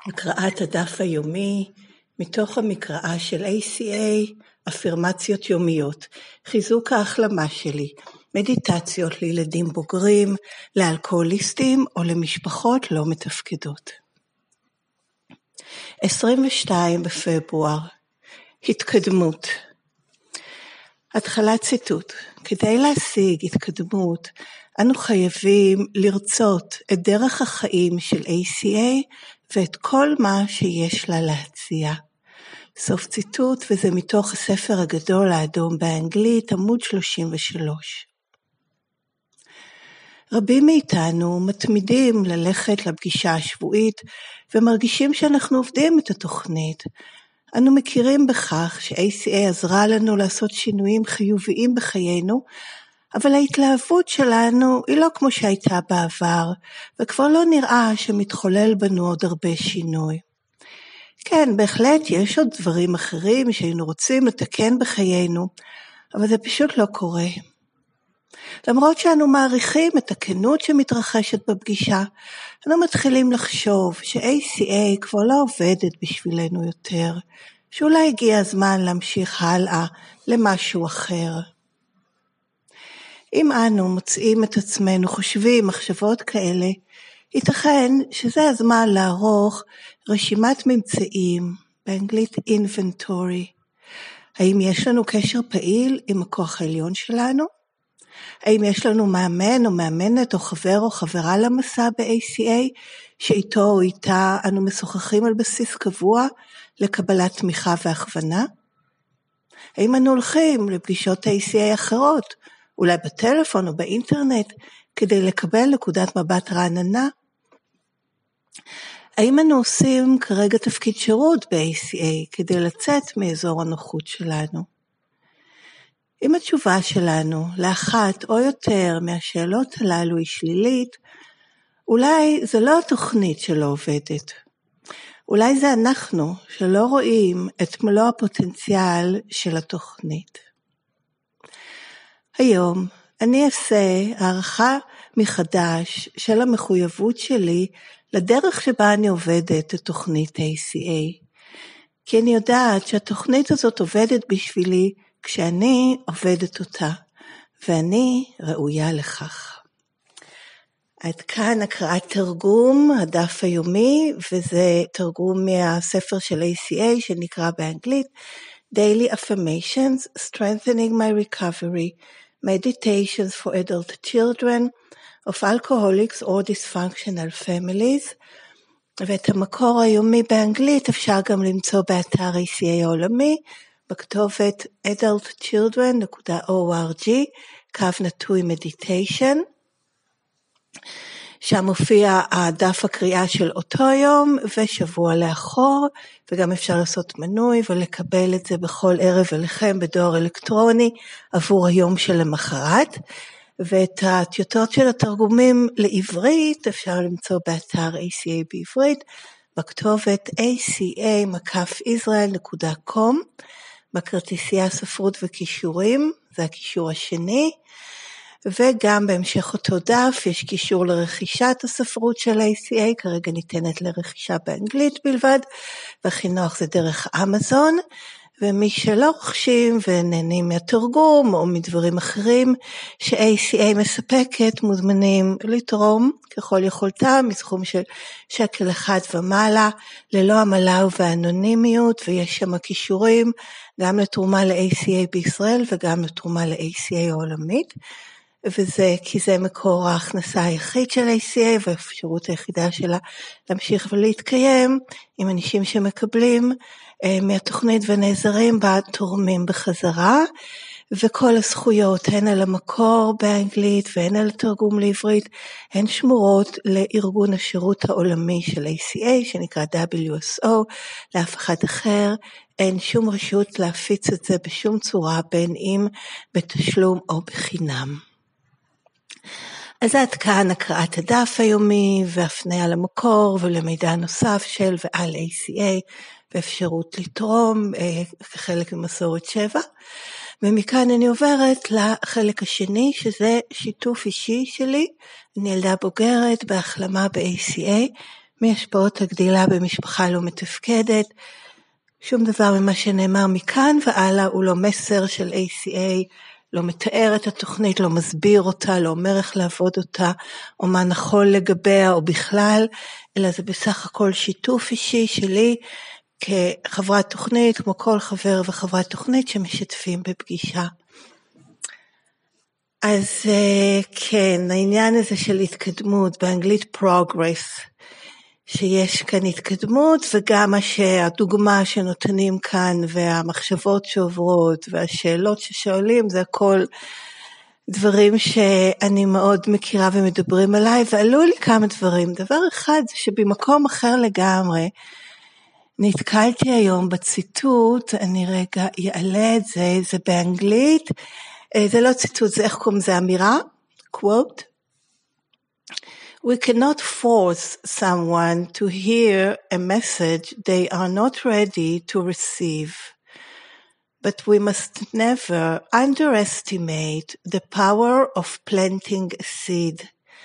הקראת הדף היומי מתוך המקראה של ACA, אפירמציות יומיות, חיזוק ההחלמה שלי, מדיטציות לילדים בוגרים, לאלכוהוליסטים או למשפחות לא מתפקדות. 22 בפברואר, התקדמות. התחלת ציטוט. כדי להשיג התקדמות, אנו חייבים לרצות את דרך החיים של ACA ואת כל מה שיש לה להציע. סוף ציטוט, וזה מתוך הספר הגדול האדום באנגלית, עמוד 33. רבים מאיתנו מתמידים ללכת לפגישה השבועית ומרגישים שאנחנו עובדים את התוכנית. אנו מכירים בכך ש-ACA עזרה לנו לעשות שינויים חיוביים בחיינו, אבל ההתלהבות שלנו היא לא כמו שהייתה בעבר, וכבר לא נראה שמתחולל בנו עוד הרבה שינוי. כן, בהחלט יש עוד דברים אחרים שהיינו רוצים לתקן בחיינו, אבל זה פשוט לא קורה. למרות שאנו מעריכים את הכנות שמתרחשת בפגישה, אנו מתחילים לחשוב ש-ACA כבר לא עובדת בשבילנו יותר, שאולי הגיע הזמן להמשיך הלאה למשהו אחר. אם אנו מוצאים את עצמנו חושבים מחשבות כאלה, ייתכן שזה הזמן לערוך רשימת ממצאים, באנגלית inventory. האם יש לנו קשר פעיל עם הכוח העליון שלנו? האם יש לנו מאמן או מאמנת או חבר או חברה למסע ב-ACA, שאיתו או איתה אנו משוחחים על בסיס קבוע לקבלת תמיכה והכוונה? האם אנו הולכים לפגישות ACA אחרות, אולי בטלפון או באינטרנט, כדי לקבל נקודת מבט רעננה? האם אנו עושים כרגע תפקיד שירות ב-ACA כדי לצאת מאזור הנוחות שלנו? אם התשובה שלנו לאחת או יותר מהשאלות הללו היא שלילית, אולי זה לא התוכנית שלא עובדת. אולי זה אנחנו שלא רואים את מלוא הפוטנציאל של התוכנית. היום אני אעשה הערכה מחדש של המחויבות שלי לדרך שבה אני עובדת את תוכנית ACA. כי אני יודעת שהתוכנית הזאת עובדת בשבילי כשאני עובדת אותה, ואני ראויה לכך. עד כאן הקראת תרגום, הדף היומי, וזה תרגום מהספר של ACA שנקרא באנגלית Daily Affirmations, Strengthening My Recovery, Meditations for Adult Children of Alcoholics or Dysfunctional Families, ואת המקור היומי באנגלית אפשר גם למצוא באתר ACA העולמי, בכתובת adultchildren.org/meditation, שם מופיע הדף הקריאה של אותו יום ושבוע לאחור, וגם אפשר לעשות מנוי ולקבל את זה בכל ערב אליכם בדואר אלקטרוני עבור היום של למחרת. ואת הטיוטות של התרגומים לעברית אפשר למצוא באתר ACA בעברית, בכתובת aca-israel.com, בכרטיסייה ספרות וקישורים, זה הקישור השני, וגם בהמשך אותו דף יש קישור לרכישת הספרות של ACA, כרגע ניתנת לרכישה באנגלית בלבד, והכי נוח זה דרך אמזון, ומי שלא רוכשים ונהנים מהתרגום או מדברים אחרים ש-ACA מספקת, מוזמנים לתרום ככל יכולתם מסכום של $1 ומעלה, ללא עמלה ובאנונימיות, ויש שם קישורים גם לתרומה ל-ACA בישראל וגם לתרומה ל-ACA העולמית, וזה כי זה מקור ההכנסה היחיד של ACA והאפשרות היחידה שלה להמשיך ולהתקיים עם אנשים שמקבלים מהתוכנית ונעזרים בה תורמים בחזרה, וכל הזכויות הן על המקור באנגלית והן על התרגום לעברית הן שמורות לארגון השירות העולמי של ACA שנקרא WSO. לאף אחד אחר אין שום רשות להפיץ את זה בשום צורה, בין אם בתשלום או בחינם. אז עד כאן הקראת הדף היומי והפניה למקור ולמידע נוסף של ועל ACA ואפשרות לתרום כחלק ממסורת 7. ומכאן אני עוברת לחלק השני, שזה שיתוף אישי שלי. אני ילדה בוגרת בהחלמה ב-ACA מהשפעות הגדילה במשפחה לא מתפקדת. שום דבר ממה שנאמר מכאן והלאה הוא לא מסר של ACA, לא מתאר את התוכנית, לא מסביר אותה, לא אומר איך לעבוד אותה, או מה נכון לגביה או בכלל, אלא זה בסך הכל שיתוף אישי שלי כחברת תוכנית, כמו כל חבר וחברת תוכנית שמשתפים בפגישה. אז כן, העניין הזה של התקדמות, באנגלית progress, שיש כאן התקדמות, וגם הדוגמה שנותנים כאן, והמחשבות שעוברות, והשאלות ששואלים, זה הכל דברים שאני מאוד מכירה ומדברים עליי, ועלו לי כמה דברים. דבר אחד זה שבמקום אחר לגמרי, נתקלתי היום בציטוט, אני רגע אעלה את זה, זה באנגלית, זה לא ציטוט, זה איך קוראים, זה אמירה, quote, We cannot force someone to hear a message they are not ready to receive, but we must never underestimate the power of planting a seed.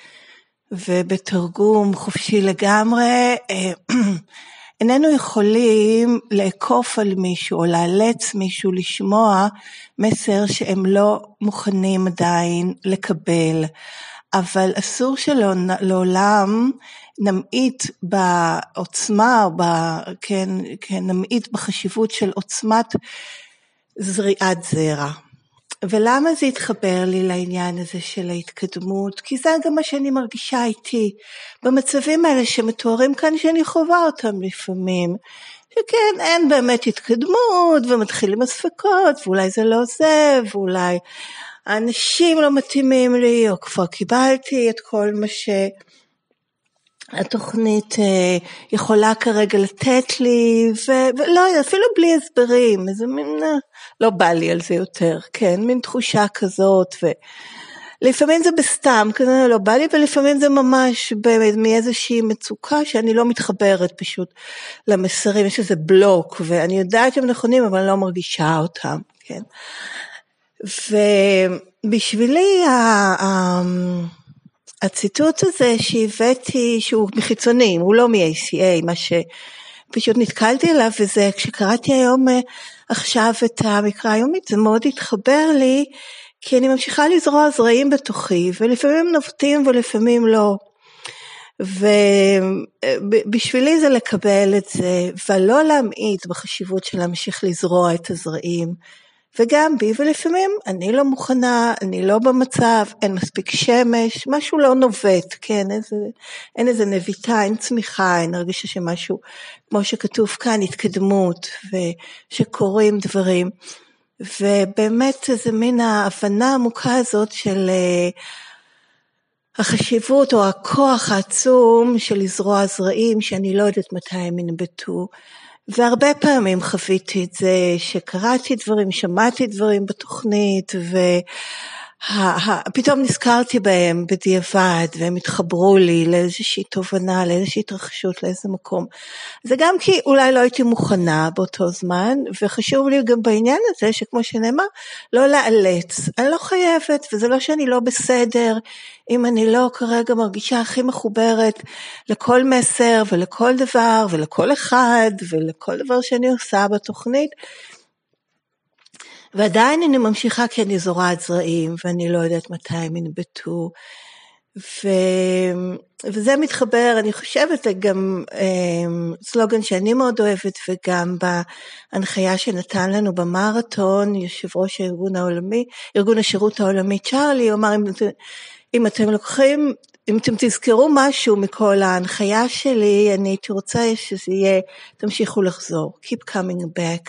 ובתרגום חופשי לגמרי, איננו יכולים לעקוף על מישהו או לאלץ מישהו לשמוע מסר שהם לא מוכנים עדיין לקבל. אבל אסור שלא לעולם נמעיט בעוצמה, נמעיט בחשיבות של עוצמת זריעת זרע. ולמה זה התחבר לי לעניין הזה של ההתקדמות? כי זה גם מה שאני מרגישה איתי, במצבים האלה שמתוארים כאן שאני חווה אותם לפעמים, שכן אין באמת התקדמות ומתחילים הספקות, ואולי זה לא זה, ואולי האנשים לא מתאימים לי, או כבר קיבלתי את כל מה שהתוכנית יכולה כרגע לתת לי, ולא, אפילו בלי הסברים, איזה מין, לא בא לי על זה יותר, כן, מין תחושה כזאת, ולפעמים זה בסתם, כזה לא בא לי, ולפעמים זה ממש מאיזושהי מצוקה, שאני לא מתחברת פשוט למסרים, יש איזה בלוק, ואני יודעת שהם נכונים, אבל אני לא מרגישה אותם, כן. ובשבילי הציטוט הזה שהבאתי, שהוא מחיצוני, הוא לא מ-ACA, מה שפשוט נתקלתי עליו, וזה כשקראתי היום עכשיו את המקרא היומית, זה מאוד התחבר לי, כי אני ממשיכה לזרוע זרעים בתוכי, ולפעמים נובטים ולפעמים לא. ובשבילי זה לקבל את זה, ולא להמעיט בחשיבות של להמשיך לזרוע את הזרעים, וגם בי, ולפעמים אני לא מוכנה, אני לא במצב, אין מספיק שמש, משהו לא נובט, כן, אין איזה נביטה, אין צמיחה, אין הרגישה שמשהו, כמו שכתוב כאן, התקדמות, ושקורים דברים, ובאמת זה מין ההבנה העמוקה הזאת של החשיבות או הכוח העצום של לזרוע זרעים, שאני לא יודעת מתי הם ינבטו, והרבה פעמים חוויתי את זה, שקראתי דברים, שמעתי דברים בתוכנית, ופתאום נזכרתי בהם בדיעבד, והם התחברו לי לאיזושהי תובנה, לאיזושהי התרחשות, לאיזה מקום. זה גם כי אולי לא הייתי מוכנה באותו זמן, וחשוב לי גם בעניין הזה, שכמו שנאמר, לא לאלץ. אני לא חייבת, וזה לא שאני לא בסדר, אם אני לא כרגע מרגישה הכי מחוברת לכל מסר ולכל דבר ולכל אחד ולכל דבר שאני עושה בתוכנית, ועדיין אני ממשיכה כי אני זורעת זרעים ואני לא יודעת מתי הם ינבטו, וזה מתחבר, אני חושבת גם סלוגן שאני מאוד אוהבת, וגם בהנחיה שנתן לנו במרתון יושב ראש ארגון השירות העולמי צ'רלי, הוא אמר, אם אתם לוקחים, אם אתם תזכרו משהו מכל ההנחיה שלי, אני הייתי רוצה שזה יהיה, תמשיכו לחזור, keep coming back,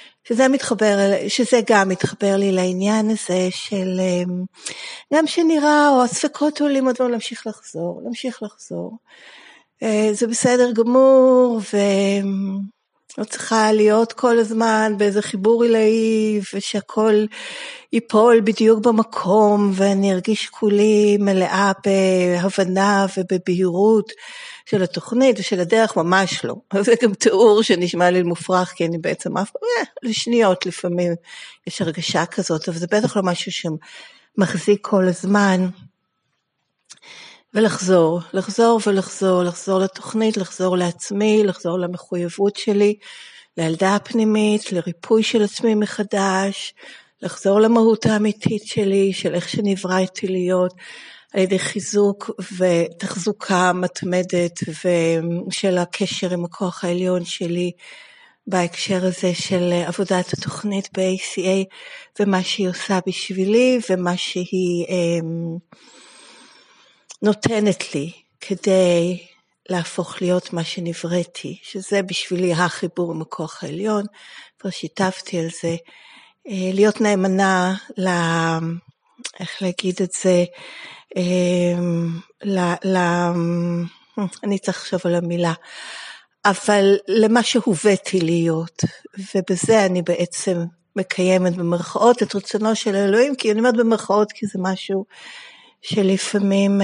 שזה גם מתחבר לי לעניין הזה של, גם שנראה, או הספקות עולים, עוד לא להמשיך לחזור, זה בסדר גמור, לא צריכה להיות כל הזמן באיזה חיבור עילאי, ושהכל ייפול בדיוק במקום, ואני ארגיש כולי מלאה בהבנה ובבהירות של התוכנית ושל הדרך, ממש לא. זה גם תיאור שנשמע לי מופרך, כי אני בעצם לשניות לפעמים יש הרגשה כזאת, אבל זה בטח לא משהו שמחזיק כל הזמן. ולחזור, לחזור לתוכנית, לחזור לעצמי, לחזור למחויבות שלי, לילדה הפנימית, לריפוי של עצמי מחדש, לחזור למהות האמיתית שלי, של איך שנבראתי להיות, על ידי חיזוק ותחזוקה מתמדת ושל הקשר עם הכוח העליון שלי, בהקשר הזה של עבודת התוכנית ב-ACA, ומה שהיא עושה בשבילי, ומה שהיא נותנת לי, כדי להפוך להיות מה שנבראתי, שזה בשבילי החיבור עם הכוח העליון, כבר שיתפתי על זה, להיות נאמנה איך להגיד את זה, אני צריך לחשוב על המילה, אבל למה שהובאתי להיות, ובזה אני בעצם מקיימת במרכאות את רצונו של אלוהים, כי אני אומרת במרכאות כי זה משהו שלפעמים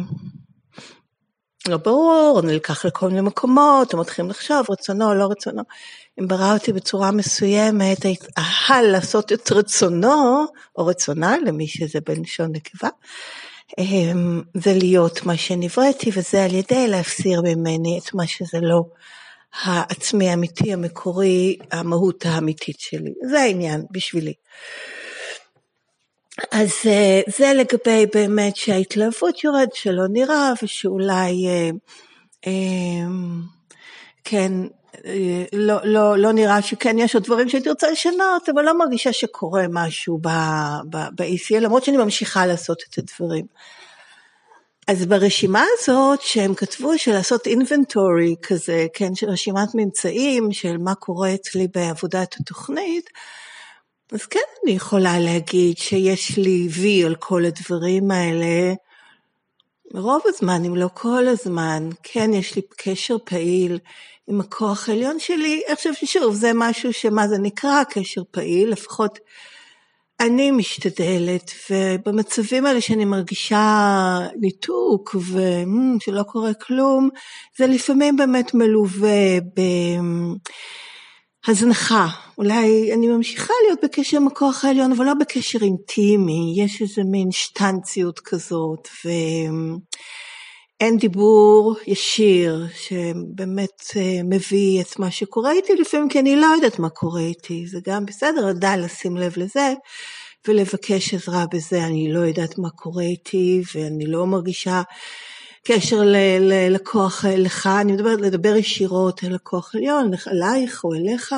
לא ברור, נלקח לכל מיני מקומות, הם מתחילים לחשוב רצונו או לא רצונו, אם ברא אותי בצורה מסוימת, לעשות את רצונו, או רצונה, למי שזה בלשון נקבה, זה להיות מה שנבראתי, וזה על ידי להפסיר ממני את מה שזה לא העצמי האמיתי, המקורי, המהות האמיתית שלי. זה העניין בשבילי. אז זה לגבי באמת שההתלהבות יורד שלא נראה, ושאולי כן, לא נראה שכן יש עוד דברים שהייתי רוצה לשנות, אבל לא מרגישה שקורה משהו ב-ACA, למרות שאני ממשיכה לעשות את הדברים. אז ברשימה הזאת שהם כתבו של לעשות inventory כזה, כן, של רשימת ממצאים של מה קורה אצלי בעבודת התוכנית, אז כן אני יכולה להגיד שיש לי וי על כל הדברים האלה, רוב הזמן, אם לא כל הזמן, כן יש לי קשר פעיל עם הכוח העליון שלי, אני חושב ששוב זה משהו שמה זה נקרא קשר פעיל, לפחות אני משתדלת, ובמצבים האלה שאני מרגישה ניתוק ושלא קורה כלום, זה לפעמים באמת מלווה בהזנחה. אולי אני ממשיכה להיות בקשר עם הכוח העליון, אבל לא בקשר אינטימי, יש איזה מין שטנציות כזאת, ואין דיבור ישיר שבאמת מביא את מה שקורה איתי לפעמים, כי אני לא יודעת מה קורה איתי, זה גם בסדר, עדיין לשים לב לזה, ולבקש עזרה בזה, אני לא יודעת מה קורה איתי, ואני לא מרגישה קשר לכוח לך, אני מדברת לדבר ישירות על הכוח עליון, עלייך או אליך,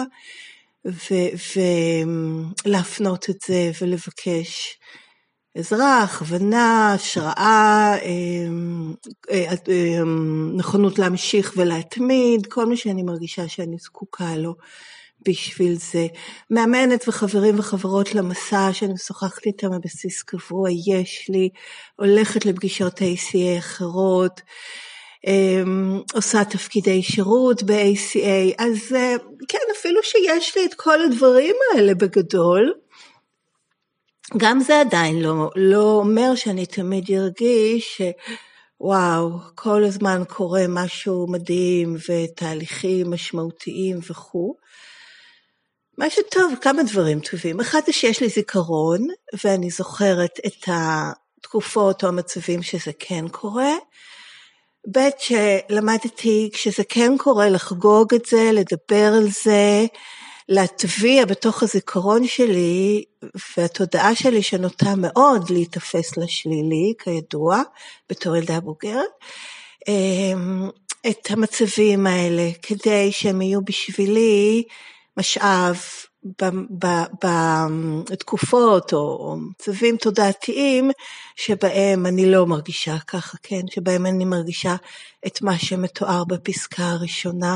ולהפנות את זה ולבקש עזרה, הכוונה, השראה, נכונות להמשיך ולהתמיד, כל מה שאני מרגישה שאני זקוקה לו בשביל זה. מאמנת וחברים וחברות למסע שאני משוחחת איתם בבסיס קבוע, יש לי, הולכת לפגישות ACA אחרות, עושה תפקידי שירות ב-ACA, אז כן, אפילו שיש לי את כל הדברים האלה בגדול, גם זה עדיין לא אומר שאני תמיד ארגיש שוואו, כל הזמן קורה משהו מדהים ותהליכים משמעותיים וכו'. מה שטוב, כמה דברים טובים. אחד זה שיש לי זיכרון, ואני זוכרת את התקופות או המצבים שזה כן קורה. ב' שלמדתי כשזה כן קורה לחגוג את זה, לדבר על זה, להטביע בתוך הזיכרון שלי, והתודעה שלי שנוטה מאוד להתאפס לשלילי, כידוע, בתור ילדה בוגרת, את המצבים האלה, כדי שהם יהיו בשבילי משאב בתקופות או מצבים תודעתיים, שבהם אני לא מרגישה ככה, כן? שבהם אני מרגישה את מה שמתואר בפסקה הראשונה,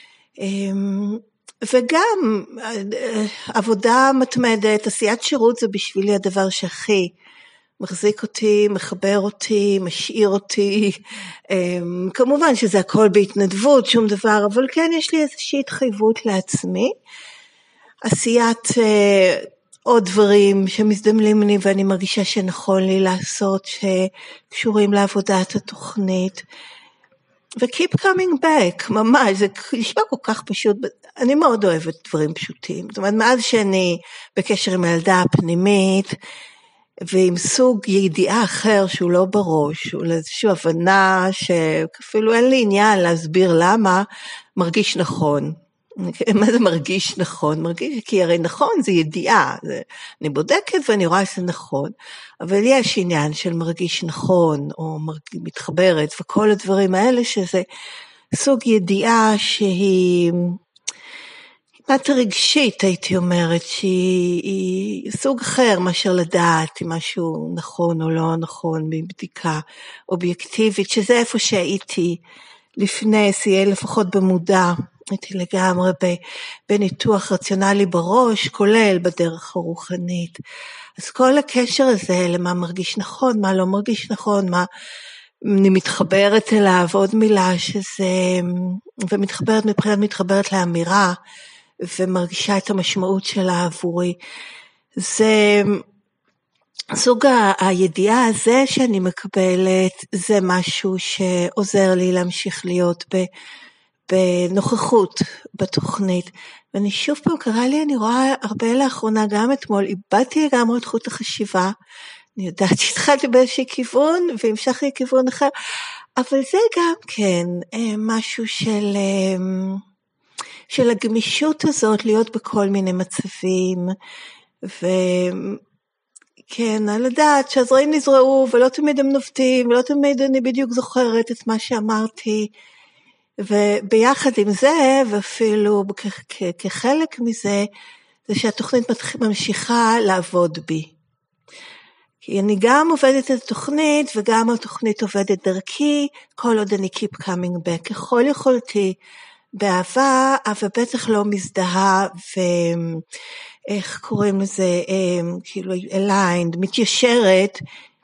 וגם עבודה מתמדת, עשיית שירות זה בשבילי הדבר שהכי מחזיק אותי, מחבר אותי, משאיר אותי, כמובן שזה הכל בהתנדבות, שום דבר, אבל כן יש לי איזושהי התחייבות לעצמי, עשיית עוד דברים שמזדמנים לי ואני מרגישה שנכון לי לעשות, שקשורים לעבודת התוכנית, ו-keep coming back, ממש, זה נשמע כל כך פשוט, אני מאוד אוהבת דברים פשוטים, זאת אומרת, מאז שאני בקשר עם הילדה הפנימית, ועם סוג ידיעה אחר שהוא לא בראש, הוא לאיזושהי הבנה שאפילו אין לי עניין להסביר למה, מרגיש נכון. מה זה מרגיש נכון? מרגיש, כי הרי נכון זה ידיעה, אני בודקת ואני רואה שזה נכון, אבל יש עניין של מרגיש נכון, או מתחברת, וכל הדברים האלה שזה סוג ידיעה שהיא מעט רגשית, הייתי אומרת, שהיא סוג אחר מאשר לדעת אם משהו נכון או לא נכון, מבדיקה אובייקטיבית, שזה איפה שהייתי לפני, שיהיה לפחות במודע, הייתי לגמרי בניתוח רציונלי בראש, כולל בדרך הרוחנית. אז כל הקשר הזה למה מרגיש נכון, מה לא מרגיש נכון, מה אני מתחברת אליו, עוד מילה שזה, ומתחברת מבחינת מתחברת לאמירה, ומרגישה את המשמעות שלה עבורי. זה סוג הידיעה הזה שאני מקבלת, זה משהו שעוזר לי להמשיך להיות בנוכחות בתוכנית. ואני שוב פעם קרה לי, אני רואה הרבה לאחרונה, גם אתמול, איבדתי לגמרי את חוט החשיבה, אני יודעת שהתחלתי באיזשהו כיוון, והמשכתי לכיוון אחר, אבל זה גם כן משהו של הגמישות הזאת, להיות בכל מיני מצבים, וכן, על לדעת שהזרעים נזרעו, ולא תמיד הם נובטים, ולא תמיד אני בדיוק זוכרת את מה שאמרתי, וביחד עם זה, ואפילו כחלק מזה, זה שהתוכנית ממשיכה לעבוד בי. כי אני גם עובדת את התוכנית, וגם התוכנית עובדת דרכי, כל עוד אני keep coming back, ככל יכולתי, באהבה, אבל בטח לא מזדהה, ואיך קוראים לזה, כאילו aligned, מתיישרת,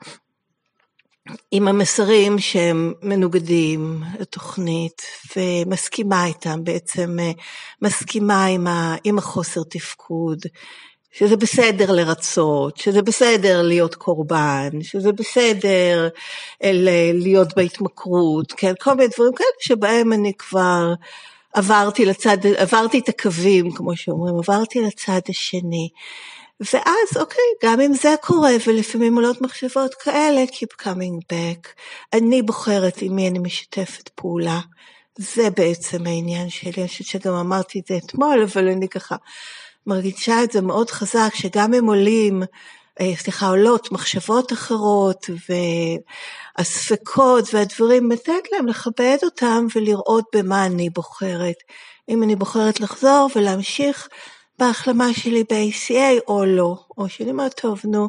עם המסרים שהם מנוגדים לתוכנית, ומסכימה איתם, בעצם מסכימה עם החוסר תפקוד, שזה בסדר לרצות, שזה בסדר להיות קורבן, שזה בסדר להיות בהתמכרות, כן, כל מיני דברים כאלה שבהם אני כבר עברתי את הקווים, כמו שאומרים, עברתי לצד השני, ואז אוקיי, גם אם זה קורה, ולפעמים עולות מחשבות כאלה, keep coming back, אני בוחרת עם מי אני משתפת פעולה, זה בעצם העניין שלי, אני חושבת שגם אמרתי את זה אתמול, אבל אני ככה מרגישה את זה מאוד חזק, שגם הם עולות מחשבות אחרות, והספקות והדברים, לתת להם לכבד אותם, ולראות במה אני בוחרת, אם אני בוחרת לחזור ולהמשיך, בהחלמה שלי ב-ACA או לא, או שאני מה טוב, נו,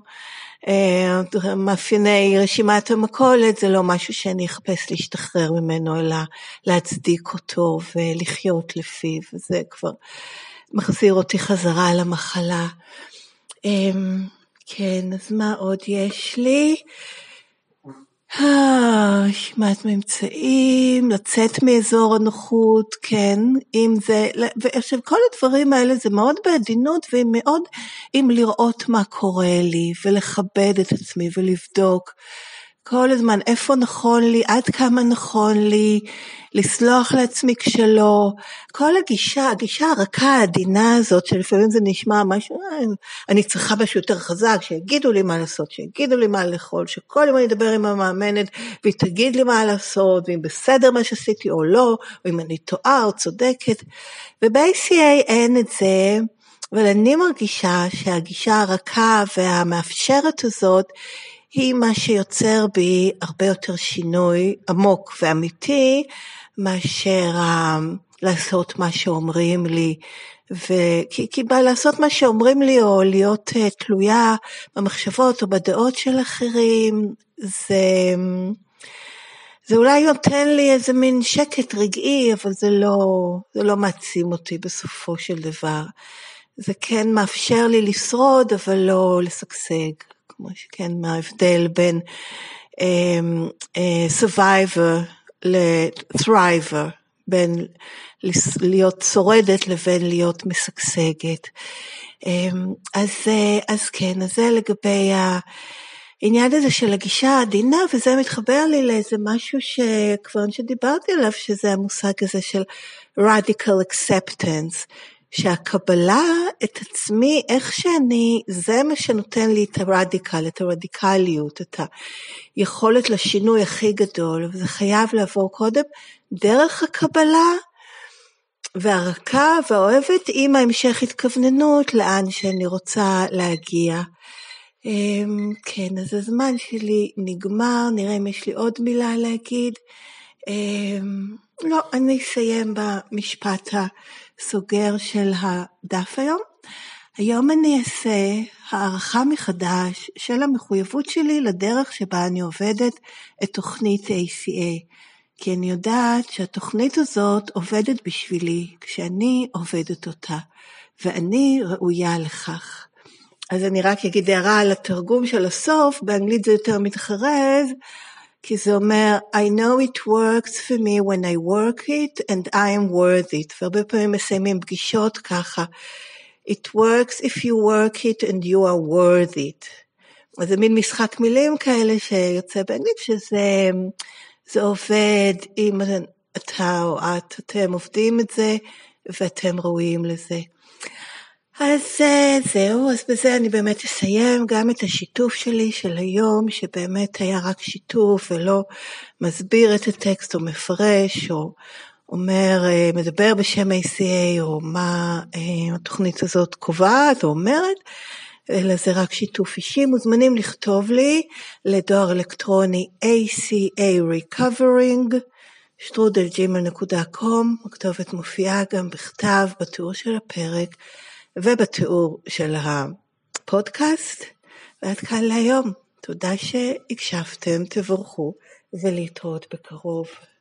מאפייני רשימת המכולת, זה לא משהו שאני אחפש להשתחרר ממנו, אלא להצדיק אותו ולחיות לפיו, וזה כבר מחזיר אותי חזרה למחלה. כן, אז מה עוד יש לי? רשימת ממצאים, לצאת מאזור הנוחות, כן, אם זה, ועכשיו כל הדברים האלה זה מאוד בעדינות, ומאוד אם לראות מה קורה לי, ולכבד את עצמי, ולבדוק כל הזמן איפה נכון לי, עד כמה נכון לי, לסלוח לעצמי כשלא, כל הגישה הרכה העדינה הזאת, שלפעמים זה נשמע משהו, אני צריכה משהו יותר חזק, שיגידו לי מה לעשות, שיגידו לי מה לאכול, שכל יום אני אדבר עם המאמנת, והיא תגיד לי מה לעשות, ואם בסדר מה שעשיתי או לא, או אם אני טועה או צודקת, וב-ACA אין את זה, אבל אני מרגישה שהגישה הרכה והמאפשרת הזאת, היא מה שיוצר בי הרבה יותר שינוי עמוק ואמיתי, מאשר לעשות מה שאומרים לי, כי לעשות מה שאומרים לי, או להיות תלויה במחשבות או בדעות של אחרים, זה אולי נותן לי איזה מין שקט רגעי, אבל זה לא מעצים אותי בסופו של דבר. זה כן מאפשר לי לשרוד, אבל לא לשגשג. כמו שכן, מה ההבדל בין survivor ל-thriver, בין להיות שורדת לבין להיות משגשגת. אז כן, אז זה לגבי העניין הזה של הגישה העדינה, וזה מתחבר לי לאיזה משהו שכבר שדיברתי עליו, שזה המושג הזה של radical acceptance, שהקבלה את עצמי, איך שאני, זה מה שנותן לי את הרדיקל, את הרדיקליות, את היכולת לשינוי הכי גדול, וזה חייב לעבור קודם דרך הקבלה, והרכה והאוהבת עם ההמשך התכווננות לאן שאני רוצה להגיע. כן, אז הזמן שלי נגמר, נראה אם יש לי עוד מילה להגיד. לא, אני אסיים במשפט הסוגר של הדף היום. היום אני אעשה הערכה מחדש של המחויבות שלי לדרך שבה אני עובדת את תוכנית ACA. כי אני יודעת שהתוכנית הזאת עובדת בשבילי כשאני עובדת אותה, ואני ראויה לכך. אז אני רק אגיד הערה על התרגום של הסוף, באנגלית זה יותר מתחרז, כי זה אומר, I know it works for me when I work it and I am worth it. והרבה פעמים מסיימים פגישות ככה, it works if you work it and you are worth it. אז זה מין משחק מילים כאלה שיוצא באנגלית, שזה עובד אם אתה או אתם עובדים את זה, ואתם ראויים לזה. אז זהו, אז בזה אני באמת אסיים גם את השיתוף שלי של היום, שבאמת היה רק שיתוף ולא מסביר את הטקסט או מפרש או אומר, מדבר בשם ACA או מה התוכנית הזאת קובעת או אומרת, אלא זה רק שיתוף אישי. מוזמנים לכתוב לי לדואר אלקטרוני acarecovering@gmail.com. הכתובת מופיעה גם בכתב בתיאור של הפרק ובתיאור של הפודקאסט. ועד כאן להיום. תודה שהקשבתם, תבורכו ולהתראות בקרוב.